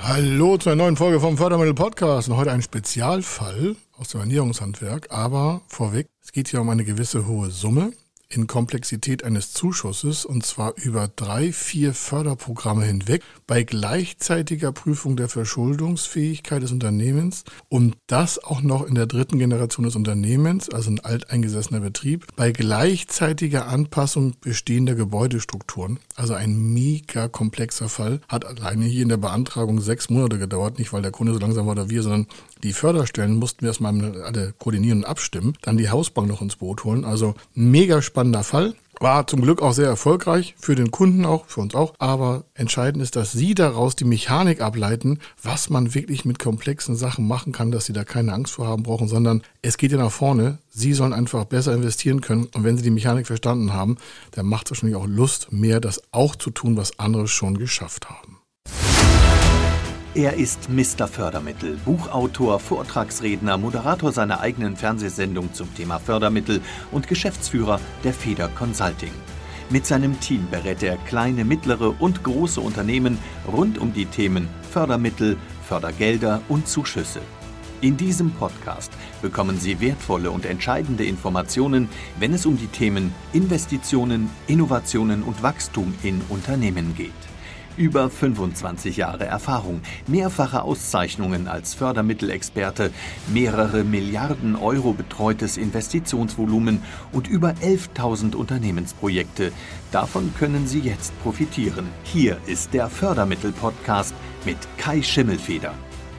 Hallo zu einer neuen Folge vom Fördermittel-Podcast und heute ein Spezialfall aus dem Ernährungshandwerk, aber vorweg, es geht hier um eine gewisse hohe Summe in Komplexität eines Zuschusses und zwar über 3-4 Förderprogramme hinweg bei gleichzeitiger Prüfung der Verschuldungsfähigkeit des Unternehmens und das auch noch in der dritten Generation des Unternehmens, also ein alteingesessener Betrieb, bei gleichzeitiger Anpassung bestehender Gebäudestrukturen. Also ein mega komplexer Fall, hat alleine hier in der Beantragung 6 Monate gedauert, nicht weil der Kunde so langsam war oder wir, sondern die Förderstellen mussten wir erstmal alle koordinieren und abstimmen, dann die Hausbank noch ins Boot holen, also mega spannender Fall. War zum Glück auch sehr erfolgreich, für den Kunden auch, für uns auch. Aber entscheidend ist, dass Sie daraus die Mechanik ableiten, was man wirklich mit komplexen Sachen machen kann, dass Sie da keine Angst vor haben brauchen, sondern es geht ja nach vorne. Sie sollen einfach besser investieren können. Und wenn Sie die Mechanik verstanden haben, dann macht es wahrscheinlich auch Lust, mehr das auch zu tun, was andere schon geschafft haben. Er ist Mr. Fördermittel, Buchautor, Vortragsredner, Moderator seiner eigenen Fernsehsendung zum Thema Fördermittel und Geschäftsführer der Feder Consulting. Mit seinem Team berät er kleine, mittlere und große Unternehmen rund um die Themen Fördermittel, Fördergelder und Zuschüsse. In diesem Podcast bekommen Sie wertvolle und entscheidende Informationen, wenn es um die Themen Investitionen, Innovationen und Wachstum in Unternehmen geht. Über 25 Jahre Erfahrung, mehrfache Auszeichnungen als Fördermittelexperte, mehrere Milliarden Euro betreutes Investitionsvolumen und über 11.000 Unternehmensprojekte. Davon können Sie jetzt profitieren. Hier ist der Fördermittel-Podcast mit Kai Schimmelfeder.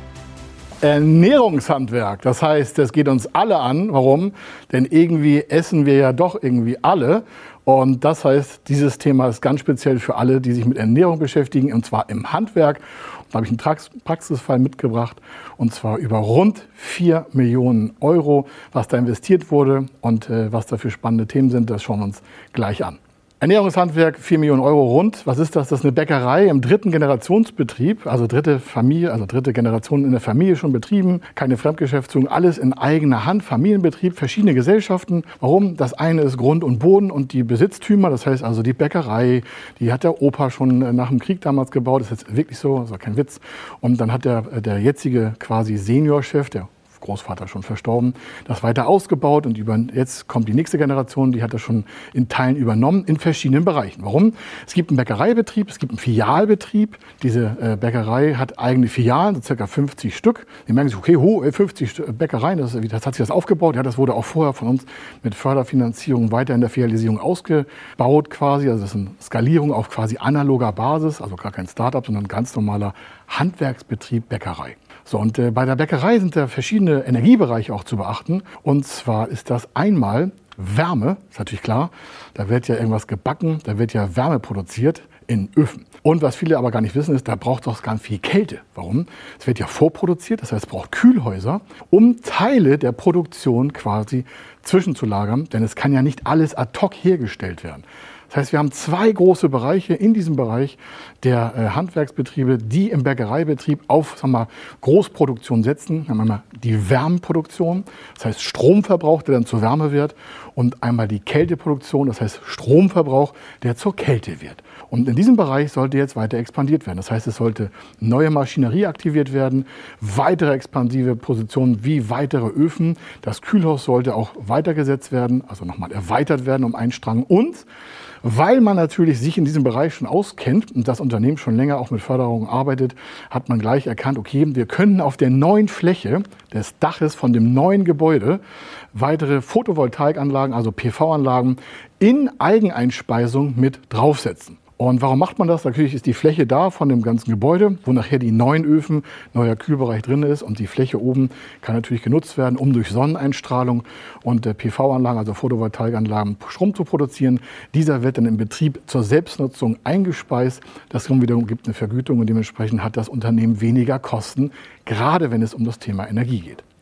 Ernährungshandwerk, das heißt, es geht uns alle an. Warum? Denn irgendwie essen wir ja doch irgendwie alle. Und das heißt, dieses Thema ist ganz speziell für alle, die sich mit Ernährung beschäftigen, und zwar im Handwerk. Da habe ich einen Praxisfall mitgebracht, und zwar über rund 4 Millionen Euro, was da investiert wurde und was da für spannende Themen sind, das schauen wir uns gleich an. Ernährungshandwerk, 4 Millionen Euro rund. Was ist das? Das ist eine Bäckerei im dritten Generationsbetrieb, also dritte Familie, also dritte Generation in der Familie schon betrieben. Keine Fremdgeschäftsführung, alles in eigener Hand, Familienbetrieb, verschiedene Gesellschaften. Warum? Das eine ist Grund und Boden und die Besitztümer, das heißt also die Bäckerei, die hat der Opa schon nach dem Krieg damals gebaut, das ist jetzt wirklich so, das war kein Witz. Und dann hat der jetzige quasi Seniorchef, der Großvater schon verstorben, das weiter ausgebaut und jetzt kommt die nächste Generation, die hat das schon in Teilen übernommen, in verschiedenen Bereichen. Warum? Es gibt einen Bäckereibetrieb, es gibt einen Filialbetrieb. Diese Bäckerei hat eigene Filialen, so ca. 50 Stück. Die merken sich, okay, 50 Bäckereien, das hat sich das aufgebaut. Ja, das wurde auch vorher von uns mit Förderfinanzierung weiter in der Filialisierung ausgebaut quasi. Also das ist eine Skalierung auf quasi analoger Basis, also gar kein Start-up, sondern ein ganz normaler Handwerksbetrieb Bäckerei. So, und bei der Bäckerei sind da verschiedene Energiebereiche auch zu beachten. Und zwar ist das einmal Wärme, ist natürlich klar. Da wird ja irgendwas gebacken, da wird ja Wärme produziert in Öfen. Und was viele aber gar nicht wissen, ist, da braucht es auch ganz viel Kälte. Warum? Es wird ja vorproduziert, das heißt, es braucht Kühlhäuser, um Teile der Produktion quasi zwischenzulagern. Denn es kann ja nicht alles ad hoc hergestellt werden. Das heißt, wir haben 2 große Bereiche in diesem Bereich der Handwerksbetriebe, die im Bäckereibetrieb auf Großproduktion setzen. Wir haben einmal die Wärmeproduktion, das heißt Stromverbrauch, der dann zur Wärme wird, und einmal die Kälteproduktion, das heißt Stromverbrauch, der zur Kälte wird. Und in diesem Bereich sollte jetzt weiter expandiert werden. Das heißt, es sollte neue Maschinerie aktiviert werden, weitere expansive Positionen wie weitere Öfen. Das Kühlhaus sollte auch weitergesetzt werden, also nochmal erweitert werden um einen Strang. Und weil man natürlich sich in diesem Bereich schon auskennt und das Unternehmen schon länger auch mit Förderung arbeitet, hat man gleich erkannt, okay, wir können auf der neuen Fläche des Daches von dem neuen Gebäude weitere Photovoltaikanlagen, also PV-Anlagen, in Eigeneinspeisung mit draufsetzen. Und warum macht man das? Natürlich ist die Fläche da von dem ganzen Gebäude, wo nachher die neuen Öfen, neuer Kühlbereich drin ist, und die Fläche oben kann natürlich genutzt werden, um durch Sonneneinstrahlung und PV-Anlagen, also Photovoltaikanlagen, Strom zu produzieren. Dieser wird dann im Betrieb zur Selbstnutzung eingespeist. Das wiederum gibt eine Vergütung und dementsprechend hat das Unternehmen weniger Kosten, gerade wenn es um das Thema Energie geht.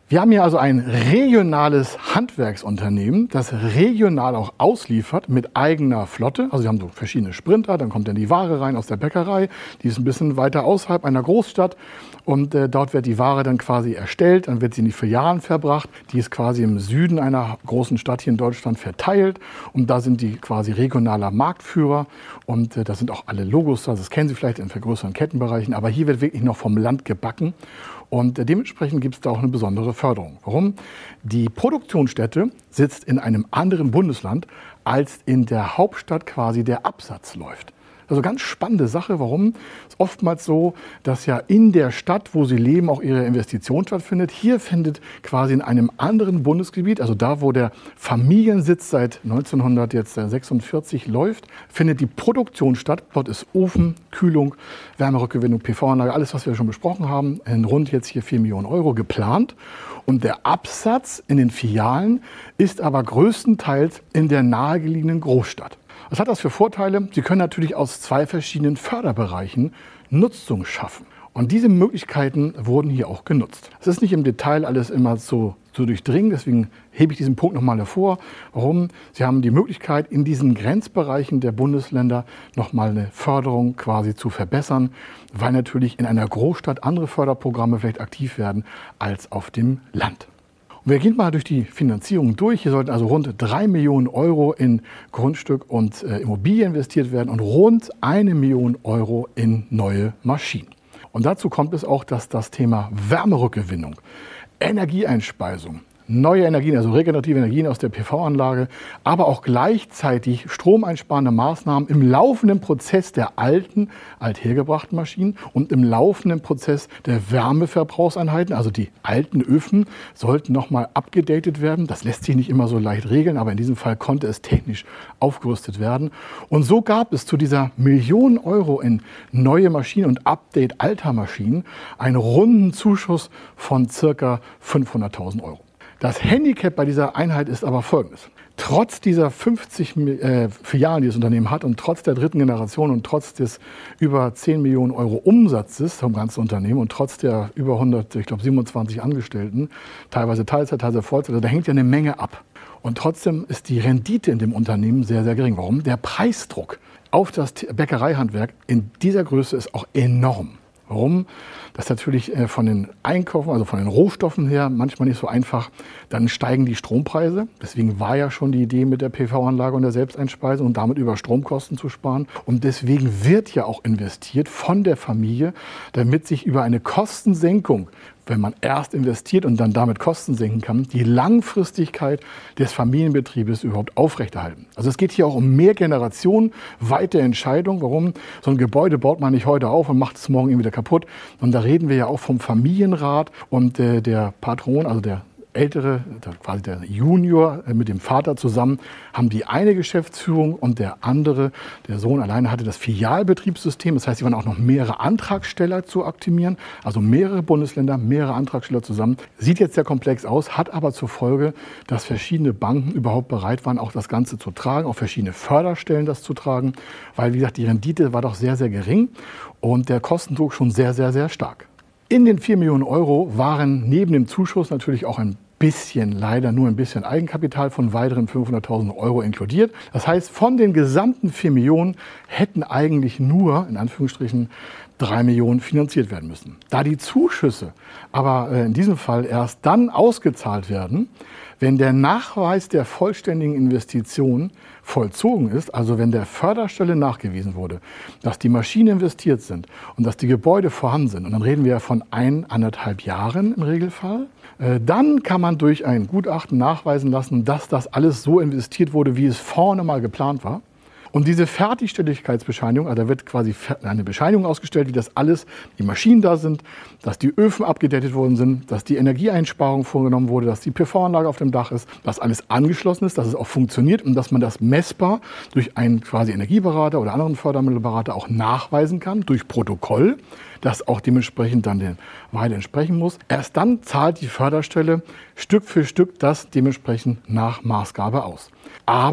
Wir haben hier also ein regionales Handwerksunternehmen, das regional auch ausliefert mit eigener Flotte. Also sie haben so verschiedene Sprinter, dann kommt dann die Ware rein aus der Bäckerei, die ist ein bisschen weiter außerhalb einer Großstadt und dort wird die Ware dann quasi erstellt, dann wird sie in die Filialen verbracht, die ist quasi im Süden einer großen Stadt hier in Deutschland verteilt und da sind die quasi regionaler Marktführer und da sind auch alle Logos da, das kennen Sie vielleicht in größeren Kettenbereichen, aber hier wird wirklich noch vom Land gebacken. Und dementsprechend gibt es da auch eine besondere Förderung. Warum? Die Produktionsstätte sitzt in einem anderen Bundesland, als in der Hauptstadt quasi der Absatz läuft. Also ganz spannende Sache. Warum? Es ist oftmals so, dass ja in der Stadt, wo Sie leben, auch Ihre Investition stattfindet. Hier findet quasi in einem anderen Bundesgebiet, also da, wo der Familiensitz seit 1946 läuft, findet die Produktion statt. Dort ist Ofen, Kühlung, Wärmerückgewinnung, PV-Anlage, alles, was wir schon besprochen haben, in rund jetzt hier 4 Millionen Euro geplant. Und der Absatz in den Filialen ist aber größtenteils in der nahegelegenen Großstadt. Was hat das für Vorteile? Sie können natürlich aus 2 verschiedenen Förderbereichen Nutzung schaffen. Und diese Möglichkeiten wurden hier auch genutzt. Es ist nicht im Detail alles immer so durchdringen, deswegen hebe ich diesen Punkt nochmal hervor. Warum? Sie haben die Möglichkeit, in diesen Grenzbereichen der Bundesländer nochmal eine Förderung quasi zu verbessern, weil natürlich in einer Großstadt andere Förderprogramme vielleicht aktiv werden als auf dem Land. Wir gehen mal durch die Finanzierung durch. Hier sollten also rund 3 Millionen Euro in Grundstück und Immobilie investiert werden und rund 1 Million Euro in neue Maschinen. Und dazu kommt es auch, dass das Thema Wärmerückgewinnung, Energieeinspeisung, neue Energien, also regenerative Energien aus der PV-Anlage, aber auch gleichzeitig stromeinsparende Maßnahmen im laufenden Prozess der althergebrachten Maschinen und im laufenden Prozess der Wärmeverbrauchseinheiten, also die alten Öfen, sollten nochmal abgedatet werden. Das lässt sich nicht immer so leicht regeln, aber in diesem Fall konnte es technisch aufgerüstet werden. Und so gab es zu dieser Millionen Euro in neue Maschinen und Update alter Maschinen einen runden Zuschuss von ca. 500.000 Euro. Das Handicap bei dieser Einheit ist aber folgendes. Trotz dieser 50 Filialen, die das Unternehmen hat und trotz der dritten Generation und trotz des über 10 Millionen Euro Umsatzes vom ganzen Unternehmen und trotz der über 27 Angestellten, teilweise Teilzeit, teilweise Vollzeit, also da hängt ja eine Menge ab. Und trotzdem ist die Rendite in dem Unternehmen sehr, sehr gering. Warum? Der Preisdruck auf das Bäckereihandwerk in dieser Größe ist auch enorm. Warum? Das ist natürlich von den Einkaufen, also von den Rohstoffen her manchmal nicht so einfach. Dann steigen die Strompreise. Deswegen war ja schon die Idee mit der PV-Anlage und der Selbsteinspeisung und damit über Stromkosten zu sparen. Und deswegen wird ja auch investiert von der Familie, damit sich über eine Kostensenkung, wenn man erst investiert und dann damit Kosten senken kann, die Langfristigkeit des Familienbetriebes überhaupt aufrechterhalten. Also es geht hier auch um mehr Generationen, weite Entscheidungen. Warum? So ein Gebäude baut man nicht heute auf und macht es morgen wieder kaputt. Und da reden wir ja auch vom Familienrat und der Patron, also der Ältere, quasi der Junior mit dem Vater zusammen, haben die eine Geschäftsführung und der andere, der Sohn alleine, hatte das Filialbetriebssystem. Das heißt, sie waren auch noch mehrere Antragsteller zu optimieren, also mehrere Bundesländer, mehrere Antragsteller zusammen. Sieht jetzt sehr komplex aus, hat aber zur Folge, dass verschiedene Banken überhaupt bereit waren, auch das Ganze zu tragen, auch verschiedene Förderstellen das zu tragen, weil, wie gesagt, die Rendite war doch sehr, sehr gering und der Kostendruck schon sehr, sehr, sehr stark. In den 4 Millionen Euro waren neben dem Zuschuss natürlich auch leider nur ein bisschen Eigenkapital von weiteren 500.000 Euro inkludiert. Das heißt, von den gesamten 4 Millionen hätten eigentlich nur, in Anführungsstrichen, 3 Millionen finanziert werden müssen. Da die Zuschüsse aber in diesem Fall erst dann ausgezahlt werden, wenn der Nachweis der vollständigen Investition vollzogen ist, also wenn der Förderstelle nachgewiesen wurde, dass die Maschinen investiert sind und dass die Gebäude vorhanden sind, und dann reden wir ja von 1,5 Jahren im Regelfall, dann kann man durch ein Gutachten nachweisen lassen, dass das alles so investiert wurde, wie es vorne mal geplant war. Und diese Fertigstelligkeitsbescheinigung, also da wird quasi eine Bescheinigung ausgestellt, wie das alles, die Maschinen da sind, dass die Öfen abgedatet worden sind, dass die Energieeinsparung vorgenommen wurde, dass die PV-Anlage auf dem Dach ist, dass alles angeschlossen ist, dass es auch funktioniert und dass man das messbar durch einen quasi Energieberater oder anderen Fördermittelberater auch nachweisen kann, durch Protokoll, das auch dementsprechend dann den Wahrheit entsprechen muss. Erst dann zahlt die Förderstelle Stück für Stück das dementsprechend nach Maßgabe aus. Aber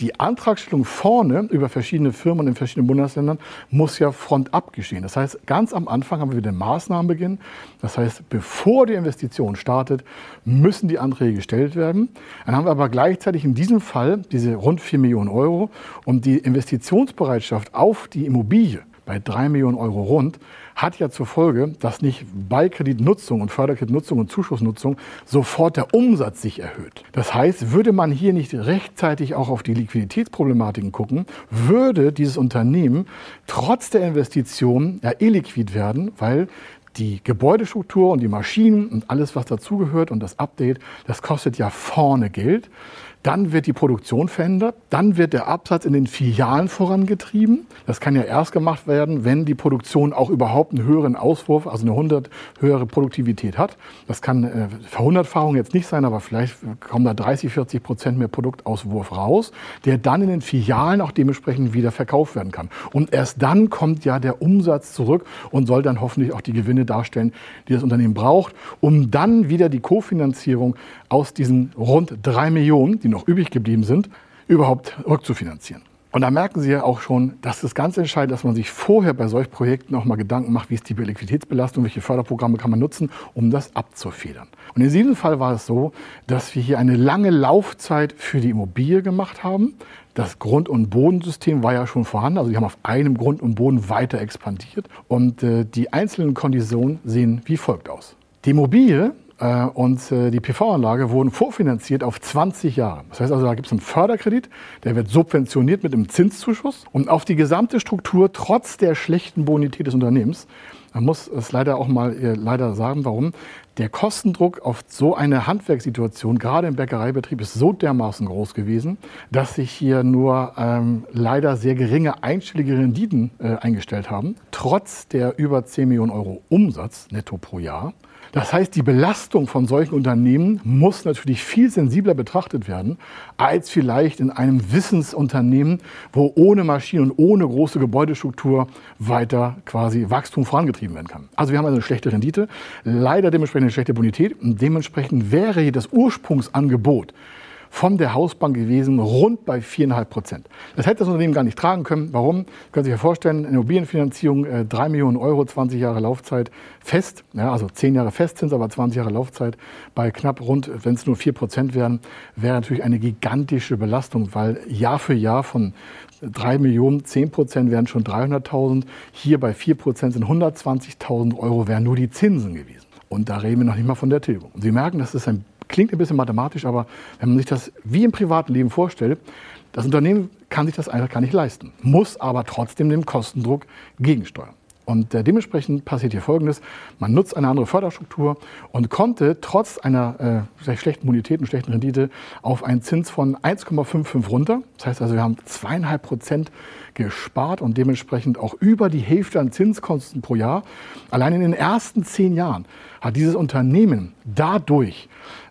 die Antragstellung vorne über verschiedene Firmen in verschiedenen Bundesländern muss ja frontab geschehen. Das heißt, ganz am Anfang haben wir den Maßnahmenbeginn. Das heißt, bevor die Investition startet, müssen die Anträge gestellt werden. Dann haben wir aber gleichzeitig in diesem Fall diese rund 4 Millionen Euro und die Investitionsbereitschaft auf die Immobilie bei 3 Millionen Euro rund, hat ja zur Folge, dass nicht bei Kreditnutzung und Förderkreditnutzung und Zuschussnutzung sofort der Umsatz sich erhöht. Das heißt, würde man hier nicht rechtzeitig auch auf die Liquiditätsproblematiken gucken, würde dieses Unternehmen trotz der Investition ja illiquid werden, weil die Gebäudestruktur und die Maschinen und alles, was dazugehört und das Update, das kostet ja vorne Geld. Dann wird die Produktion verändert, dann wird der Absatz in den Filialen vorangetrieben. Das kann ja erst gemacht werden, wenn die Produktion auch überhaupt einen höheren Auswurf, also eine 100 höhere Produktivität hat. Das kann Verhundertfachung jetzt nicht sein, aber vielleicht kommen da 30-40% mehr Produktauswurf raus, der dann in den Filialen auch dementsprechend wieder verkauft werden kann. Und erst dann kommt ja der Umsatz zurück und soll dann hoffentlich auch die Gewinne darstellen, die das Unternehmen braucht, um dann wieder die Kofinanzierung aus diesen rund 3 Millionen, die noch übrig geblieben sind, überhaupt rückzufinanzieren. Und da merken Sie ja auch schon, dass es ganz entscheidend ist, dass man sich vorher bei solchen Projekten auch mal Gedanken macht, wie ist die Liquiditätsbelastung, welche Förderprogramme kann man nutzen, um das abzufedern. Und in diesem Fall war es so, dass wir hier eine lange Laufzeit für die Immobilie gemacht haben. Das Grund- und Bodensystem war ja schon vorhanden, also wir haben auf einem Grund und Boden weiter expandiert. Und die einzelnen Konditionen sehen wie folgt aus. Die Immobilie und die PV-Anlage wurden vorfinanziert auf 20 Jahre. Das heißt also, da gibt es einen Förderkredit, der wird subventioniert mit einem Zinszuschuss. Und auf die gesamte Struktur, trotz der schlechten Bonität des Unternehmens, man muss es leider auch mal leider sagen, warum, der Kostendruck auf so eine Handwerkssituation, gerade im Bäckereibetrieb, ist so dermaßen groß gewesen, dass sich hier nur leider sehr geringe einstellige Renditen eingestellt haben, trotz der über 10 Millionen Euro Umsatz netto pro Jahr. Das heißt, die Belastung von solchen Unternehmen muss natürlich viel sensibler betrachtet werden, als vielleicht in einem Wissensunternehmen, wo ohne Maschinen und ohne große Gebäudestruktur weiter quasi Wachstum vorangetrieben werden kann. Also wir haben also eine schlechte Rendite, leider dementsprechend eine schlechte Bonität und dementsprechend wäre hier das Ursprungsangebot von der Hausbank gewesen, rund bei 4,5%. Das hätte das Unternehmen gar nicht tragen können. Warum? Können Sie sich ja vorstellen, Immobilienfinanzierung, 3 Millionen Euro, 20 Jahre Laufzeit fest, ja, also 10 Jahre Festzins, aber 20 Jahre Laufzeit bei knapp rund, wenn es nur 4% wären, wäre natürlich eine gigantische Belastung, weil Jahr für Jahr von 3 Millionen, 10% wären schon 300.000, hier bei 4% sind 120.000 Euro, wären nur die Zinsen gewesen. Und da reden wir noch nicht mal von der Tilgung. Und Sie merken, das ist klingt ein bisschen mathematisch, aber wenn man sich das wie im privaten Leben vorstellt, das Unternehmen kann sich das einfach gar nicht leisten, muss aber trotzdem dem Kostendruck gegensteuern. Und dementsprechend passiert hier Folgendes: Man nutzt eine andere Förderstruktur und konnte trotz einer schlechten Bonität und schlechten Rendite auf einen Zins von 1,55 runter. Das heißt also, wir haben 2,5% gespart und dementsprechend auch über die Hälfte an Zinskosten pro Jahr. Allein in den ersten 10 Jahren hat dieses Unternehmen dadurch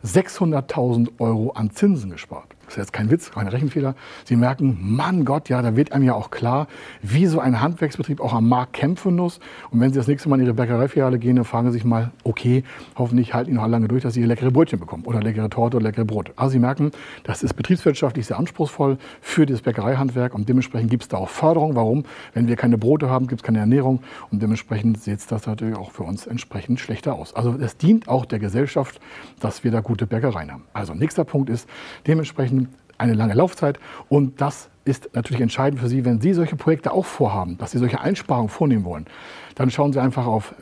600.000 Euro an Zinsen gespart. Das ist jetzt kein Witz, kein Rechenfehler. Sie merken, Mann Gott, ja, da wird einem ja auch klar, wie so ein Handwerksbetrieb auch am Markt kämpfen muss. Und wenn Sie das nächste Mal in Ihre Bäckereifiliale gehen, dann fragen Sie sich mal, okay, hoffentlich halten die noch lange durch, dass Sie leckere Brötchen bekommen oder leckere Torte oder leckere Brot. Also Sie merken, das ist betriebswirtschaftlich sehr anspruchsvoll für das Bäckereihandwerk und dementsprechend gibt es da auch Förderung. Warum? Wenn wir keine Brote haben, gibt es keine Ernährung und dementsprechend sieht das natürlich auch für uns entsprechend schlechter aus. Also es dient auch der Gesellschaft, dass wir da gute Bäckereien haben. Also nächster Punkt ist dementsprechend eine lange Laufzeit und das ist natürlich entscheidend für Sie, wenn Sie solche Projekte auch vorhaben, dass Sie solche Einsparungen vornehmen wollen. Dann schauen Sie einfach auf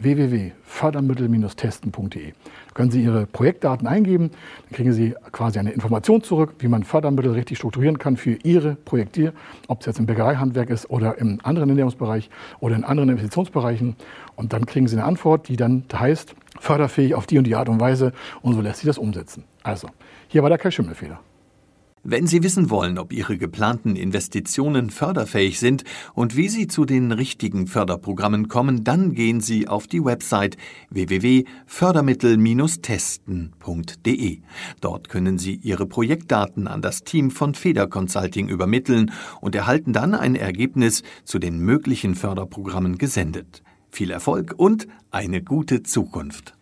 www.fördermittel-testen.de. Da können Sie Ihre Projektdaten eingeben, dann kriegen Sie quasi eine Information zurück, wie man Fördermittel richtig strukturieren kann für Ihre Projekte, ob es jetzt im Bäckereihandwerk ist oder im anderen Ernährungsbereich oder in anderen Investitionsbereichen. Und dann kriegen Sie eine Antwort, die dann heißt, förderfähig auf die und die Art und Weise und so lässt sich das umsetzen. Also, hier war der Kai Schimmelfeder. Wenn Sie wissen wollen, ob Ihre geplanten Investitionen förderfähig sind und wie Sie zu den richtigen Förderprogrammen kommen, dann gehen Sie auf die Website www.fördermittel-testen.de. Dort können Sie Ihre Projektdaten an das Team von Feder Consulting übermitteln und erhalten dann ein Ergebnis zu den möglichen Förderprogrammen gesendet. Viel Erfolg und eine gute Zukunft!